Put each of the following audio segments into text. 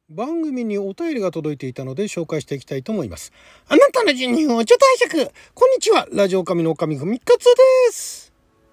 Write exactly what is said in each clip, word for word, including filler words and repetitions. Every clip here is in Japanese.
番組にお便りが届いていたので紹介していきたいと思います。あなたの人人をちょっと拝借。こんにちは、ラジオ神の神ふみかつです。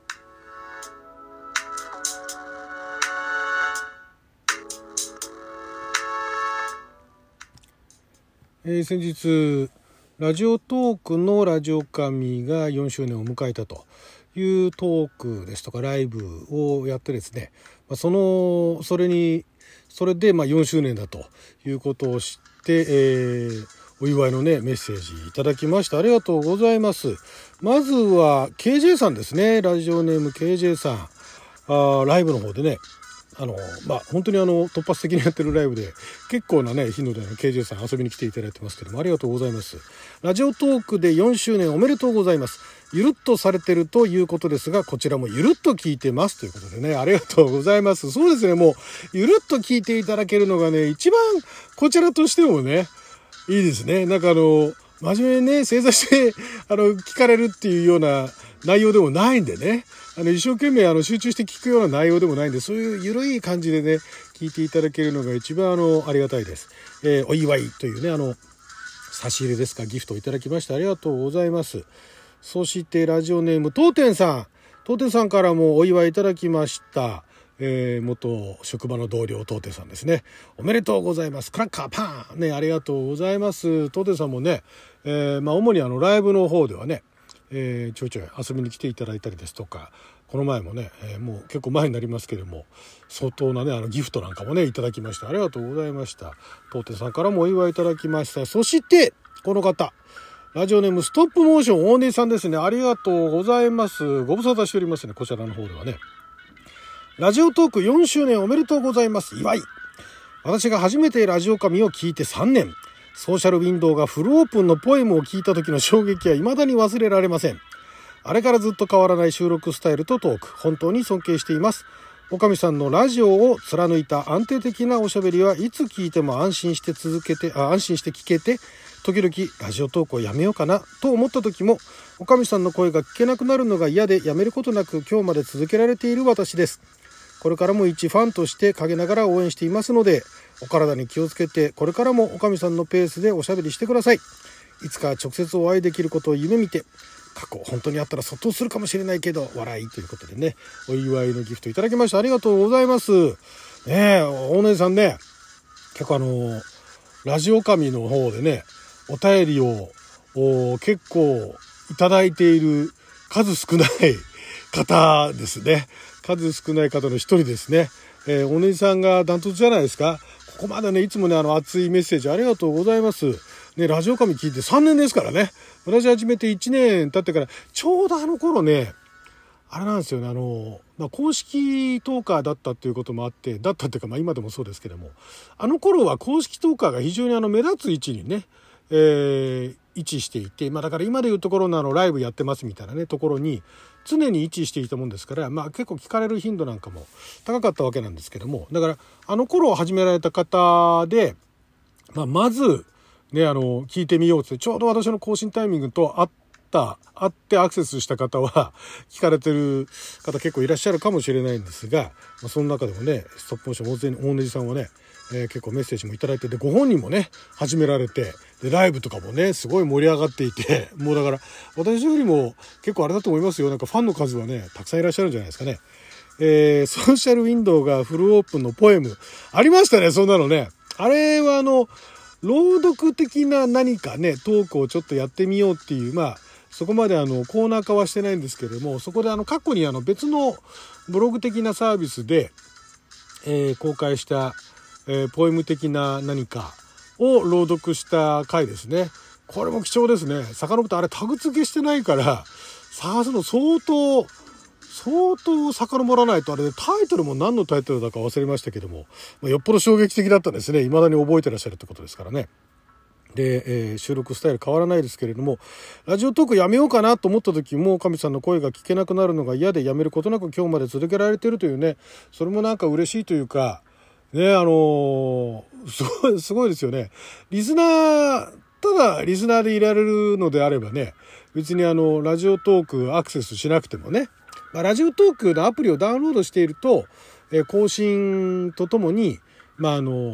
えー、先日ラジオトークのラジオ神がよんしゅうねんを迎えたというトークですとかライブをやってですね、そのそれにそれでまあよんしゅうねんだということを知って、えー、お祝いのねメッセージいただきました。ありがとうございます。まずは ケージェー さんですね。ラジオネーム ケージェー さん、あライブの方でね、あのまあ本当にあの突発的にやってるライブで結構なね頻度で ケージェー さん遊びに来ていただいてますけども、ありがとうございます。ラジオトークでよんしゅうねんおめでとうございます。ゆるっとされてるということですが、こちらもゆるっと聞いてますということでね、ありがとうございます。そうですね、もうゆるっと聞いていただけるのがね一番こちらとしてもねいいですね。なんかあの真面目にね正座してあの聞かれるっていうような内容でもないんでね、あの一生懸命あの集中して聞くような内容でもないんで、そういうゆるい感じでね聞いていただけるのが一番あのありがたいです。えー、お祝いというねあの差し入れですか、ギフトをいただきましてありがとうございます。そしてラジオネーム当店さん、当店さんからもお祝いいただきました。えー、元職場の同僚当店さんですね。おめでとうございます。クラッカーパンね、ありがとうございます。当店さんもね、えー、まあ主にあのライブの方ではね、えー、ちょいちょい遊びに来ていただいたりですとか、この前もね、えー、もう結構前になりますけれども相当なねあのギフトなんかもねいただきました。ありがとうございました。当店さんからもお祝いいただきました。そしてこの方、ラジオネームストップモーション大根さんですね。ありがとうございます。ご無沙汰しておりますね、こちらの方ではね。ラジオトークよんしゅうねんおめでとうございます。祝い。私が初めてラジオ神を聞いてさんねん、ソーシャルウィンドウがフルオープンのポエムを聞いた時の衝撃は未だに忘れられません。あれからずっと変わらない収録スタイルとトーク、本当に尊敬しています。おかみさんのラジオを貫いた安定的なおしゃべりはいつ聞いても安心して続けて、あ安心して聞けて、時々ラジオトークをやめようかなと思った時も、おかみさんの声が聞けなくなるのが嫌でやめることなく今日まで続けられている私です。これからも一ファンとして陰ながら応援していますので、お体に気をつけてこれからもおかみさんのペースでおしゃべりしてください。いつか直接お会いできることを夢見て、過去本当にあったらそっとするかもしれないけど笑いということでね、お祝いのギフトいただきました。ありがとうございますね。え大根さんね、結構あのラジオ神の方でねお便りを結構いただいている数少ない方ですね。数少ない方の一人ですね。えー、お姉さんがダントツじゃないですか。ここまでねいつもねあの熱いメッセージありがとうございますね。ラジオ神聞いてさんねんですからね。私始めていちねん経ってから、ちょうどあの頃ねあれなんですよね、あの、まあ、公式トーカーだったっていうこともあって、だったっていうかまあ今でもそうですけども、あの頃は公式トーカーが非常にあの目立つ位置にね、えー、位置していて、まあだから今でいうところのあのライブやってますみたいなねところに常に位置していたもんですから、まあ結構聞かれる頻度なんかも高かったわけなんですけども、だからあの頃始められた方で、まあ、まずねあの聞いてみようってちょうど私の更新タイミングとあったあってアクセスした方は聞かれてる方結構いらっしゃるかもしれないんですが、まあ、その中でもねストップモーション大根さんはね、えー、結構メッセージもいただいて、でご本人もね始められて、でライブとかもねすごい盛り上がっていて、もうだから私よりも結構あれだと思いますよ。なんかファンの数はねたくさんいらっしゃるんじゃないですかね。えー、ソーシャルウィンドウがフルオープンのポエムありましたね。そんなのね、あれはあの朗読的な何かねトークをちょっとやってみようっていう、まあそこまであのコーナー化はしてないんですけれども、そこであの過去にあの別のブログ的なサービスで、えー、公開した、えー、ポエム的な何かを朗読した回ですね。これも貴重ですね。遡ってあれタグ付けしてないから探すの相当相当遡らないと、あれでタイトルも何のタイトルだか忘れましたけども、まあ、よっぽど衝撃的だったんですね。未だに覚えてらっしゃるってことですからね。で、えー、収録スタイル変わらないですけれども、ラジオトークやめようかなと思った時も神さんの声が聞けなくなるのが嫌でやめることなく今日まで続けられているというね、それもなんか嬉しいというかね、あのー、すごいすごいですよね。リスナーただリスナーでいられるのであればね、別にあのラジオトークアクセスしなくてもね、まあ、ラジオトークのアプリをダウンロードしていると、えー、更新とともにまああの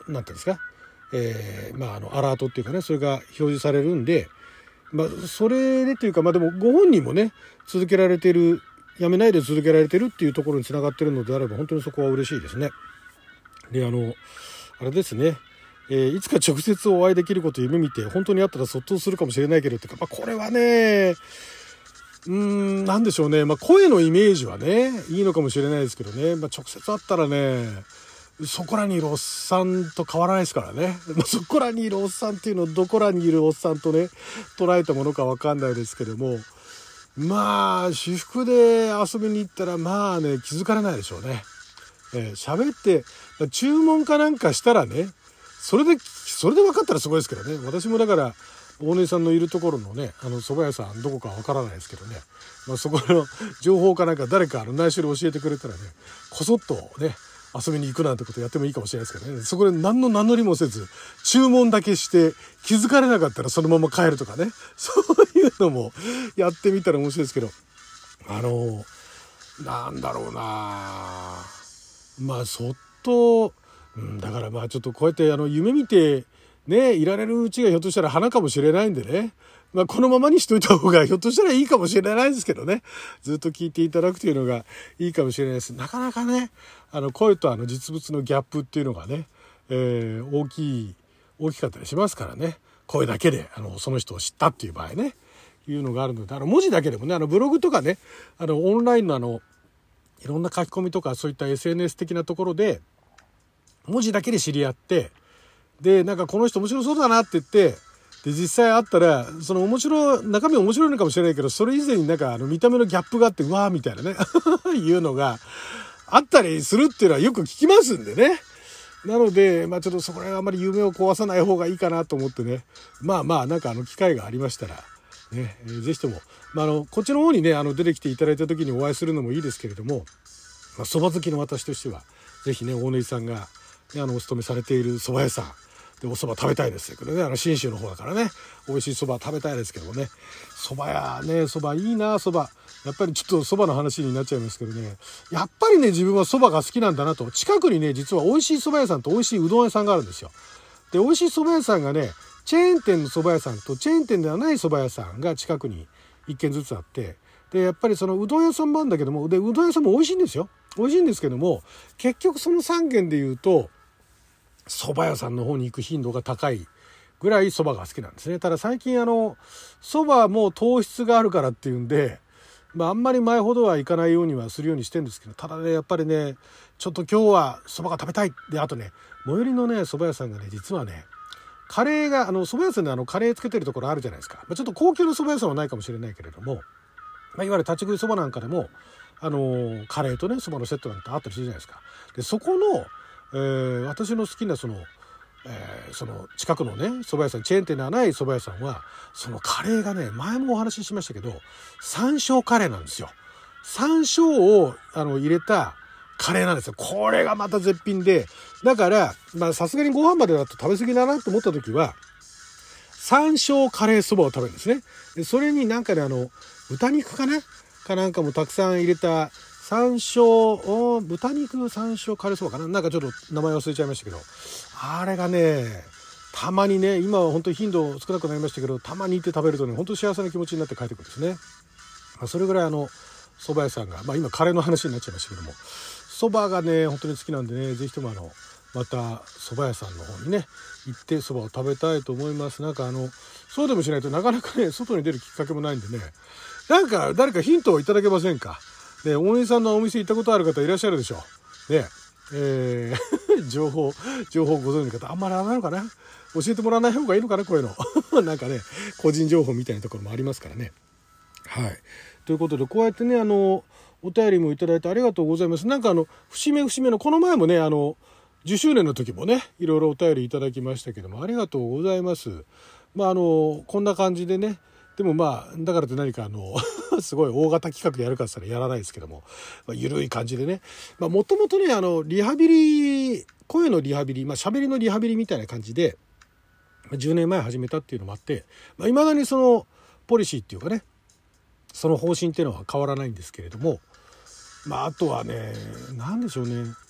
ていうんですか、えー、まああのアラートっていうかね、それが表示されるんで、まあそれでというか、まあでもご本人もね続けられてる、やめないで続けられてるっていうところにつながってるのであれば、本当にそこは嬉しいですね。で、あのあれですね、えー、いつか直接お会いできることを夢見て、本当に会ったらそっとするかもしれないけどっていうか、まあ、これはね、うーん、なんでしょうね、まあ、声のイメージはねいいのかもしれないですけどね、まあ、直接会ったらね、そこらにいるおっさんと変わらないですからね。まあ、そこらにいるおっさんっていうのをどこらにいるおっさんとね捉えたものか分かんないですけども、まあ私服で遊びに行ったらまあね気づかれないでしょうね。えー、喋って注文かなんかしたらね、それでそれで分かったらすごいですけどね。私もだから大根さんのいるところのね、あの蕎麦屋さんどこか分からないですけどね、まあ、そこの情報かなんか誰かあの内緒で教えてくれたらね、こそっとね遊びに行くなんてことやってもいいかもしれないですけどね。そこで何の名乗りもせず注文だけして気づかれなかったらそのまま帰るとかね、そういうのもやってみたら面白いですけど、あのなんだろうな、まあそっと、うん、だからまあちょっとこうやってあの夢見てねいられるうちがひょっとしたら花かもしれないんでね、まあ、このままにしといた方がひょっとしたらいいかもしれないですけどね、ずっと聞いていただくというのがいいかもしれないです。なかなかねあの声とあの実物のギャップっていうのがね、えー、大きい大きかったりしますからね、声だけであのその人を知ったっていう場合ねいうのがあるので、あの文字だけでもね、あのブログとかね、あのオンラインのあのいろんな書き込みとかそういった エスエヌエス 的なところで文字だけで知り合って、でなんかこの人面白そうだなって言って、で実際会ったらその面白い中身面白いのかもしれないけど、それ以前になんかあの見た目のギャップがあって、うわーみたいなねいうのがあったりするっていうのはよく聞きますんでね。なのでまあちょっとそこら辺はあまり夢を壊さない方がいいかなと思ってね、まあまあなんかあの機会がありましたらね、えー、ぜひとも、まあ、あのこっちの方にねあの出てきていただいた時にお会いするのもいいですけれども、まあ、蕎麦好きの私としてはぜひね大根さんが、ね、あのお勤めされている蕎麦屋さんでお蕎麦食べたいですけどね、あの信州の方だからね美味しい蕎麦食べたいですけどもね、蕎麦屋ね蕎麦いいな、蕎麦やっぱりちょっと蕎麦の話になっちゃいますけどね、やっぱりね自分は蕎麦が好きなんだなと。近くにね実は美味しい蕎麦屋さんと美味しいうどん屋さんがあるんですよ。で美味しい蕎麦屋さんがねチェーン店の蕎麦屋さんとチェーン店ではない蕎麦屋さんが近くにいっけんずつあって、でやっぱりそのうどん屋さんもあるんだけども、でうどん屋さんも美味しいんですよ。美味しいんですけども、結局そのさんけんでいうと蕎麦屋さんの方に行く頻度が高いぐらい蕎麦が好きなんですね。ただ最近あの蕎麦も糖質があるからっていうんで、まああんまり前ほどは行かないようにはするようにしてるんですけど、ただねやっぱりねちょっと今日は蕎麦が食べたい。であとね最寄りのね蕎麦屋さんがね実はねカレーがあの蕎麦屋さんであのカレーつけてるところあるじゃないですか。まあ、ちょっと高級の蕎麦屋さんはないかもしれないけれども、まあ、いわゆる立ち食い蕎麦なんかでもあのー、カレーとね蕎麦のセットなんてあったりするじゃないですか。でそこの、えー、私の好きなその、えー、その近くのね蕎麦屋さん、チェーン店ではない蕎麦屋さんはそのカレーがね前もお話ししましたけど山椒カレーなんですよ。山椒をあの入れたカレーなんですよ。これがまた絶品で、だからまあさすがにご飯までだと食べ過ぎだなと思った時は山椒カレーそばを食べるんですね。でそれになんかねあの豚肉かなかなんかもたくさん入れた山椒豚肉山椒カレーそばかな、なんかちょっと名前忘れちゃいましたけど、あれがねたまにね、今は本当に頻度少なくなりましたけど、たまに行って食べるとね本当に幸せな気持ちになって帰ってくるんですね。まあ、それぐらいあの蕎麦屋さんが、まあ、今カレーの話になっちゃいましたけども、蕎麦がね本当に好きなんでね、ぜひともあのまた蕎麦屋さんの方にね行って蕎麦を食べたいと思います。なんかあのそうでもしないとなかなかね外に出るきっかけもないんでね、なんか誰かヒントをいただけませんかね。大根さんのお店行ったことある方いらっしゃるでしょうね。えー、情報情報ご存知の方あんまりあるのかな、教えてもらわない方がいいのかな、こういうのなんかね個人情報みたいなところもありますからね。はい、ということでこうやってねあのお便りもいただいてありがとうございます。なんかあの節目節目のこの前もねあのじゅっしゅうねんの時もねいろいろお便りいただきましたけども、ありがとうございます。まああのこんな感じでね、でもまあだからって何かあのすごい大型企画やるかって言ったらやらないですけども、まあ、緩い感じでね、もともとねあのリハビリ声のリハビリ、まあ喋りのリハビリみたいな感じでじゅうねんまえ始めたっていうのもあって、まあ、未だにそのポリシーっていうかねその方針っていうのは変わらないんですけれども、まああとはね何でしょうね、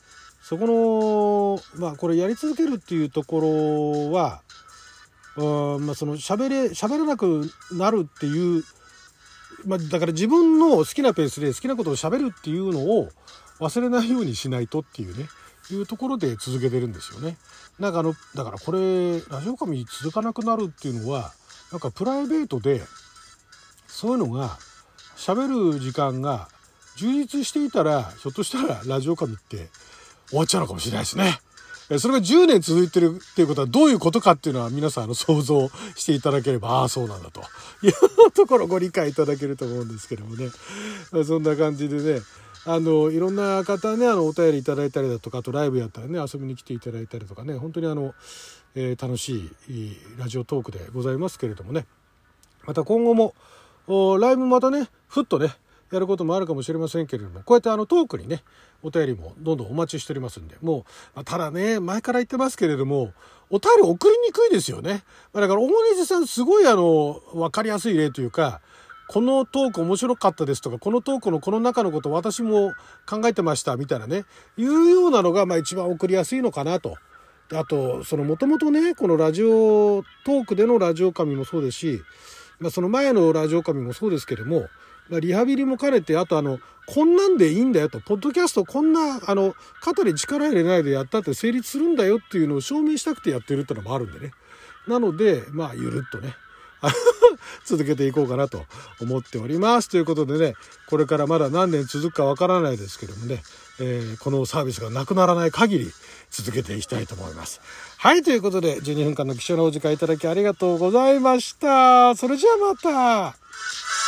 そこのまあこれやり続けるっていうところは、うん、まあその喋れ喋らなくなるっていう、まあ、だから自分の好きなペースで好きなことを喋るっていうのを忘れないようにしないとっていうねいうところで続けてるんですよね。なんかあのだからこれラジオ神続かなくなるっていうのはなんかプライベートでそういうのが喋る時間が充実していたらひょっとしたらラジオ神って終わっちゃうのかもしれないですね。それがじゅうねん続いてるっていうことはどういうことかっていうのは皆さんあの想像していただければ、ああそうなんだというところをご理解いただけると思うんですけどもね。そんな感じでね、あのいろんな方ねあのお便りいただいたりだとか、あとライブやったらね遊びに来ていただいたりとかね、本当にあの、えー、楽しいラジオトークでございますけれどもね、また今後もライブまたねふっとねやることもあるかもしれませんけれども、こうやってあのトークにねお便りもどんどんお待ちしておりますんで、もうただね前から言ってますけれどもお便り送りにくいですよね。だから大西さんすごいあの分かりやすい例というか、このトーク面白かったですとか、このトークのこの中のこと私も考えてましたみたいなねいうようなのがまあ一番送りやすいのかなと。あとそのもともとねこのラジオトークでのラジオ神もそうですし、まあ、その前のラジオ神もそうですけれども、まあ、リハビリも兼ねて、あとあのこんなんでいいんだよと、ポッドキャストこんなあの肩に力入れないでやったって成立するんだよっていうのを証明したくてやってるってのもあるんでね。なのでまあゆるっとね続けていこうかなと思っておりますということでね、これからまだ何年続くかわからないですけどもね、えー、このサービスがなくならない限り続けていきたいと思います。はい、ということでじゅうにふんかんの貴重なお時間いただきありがとうございました。それじゃあまた。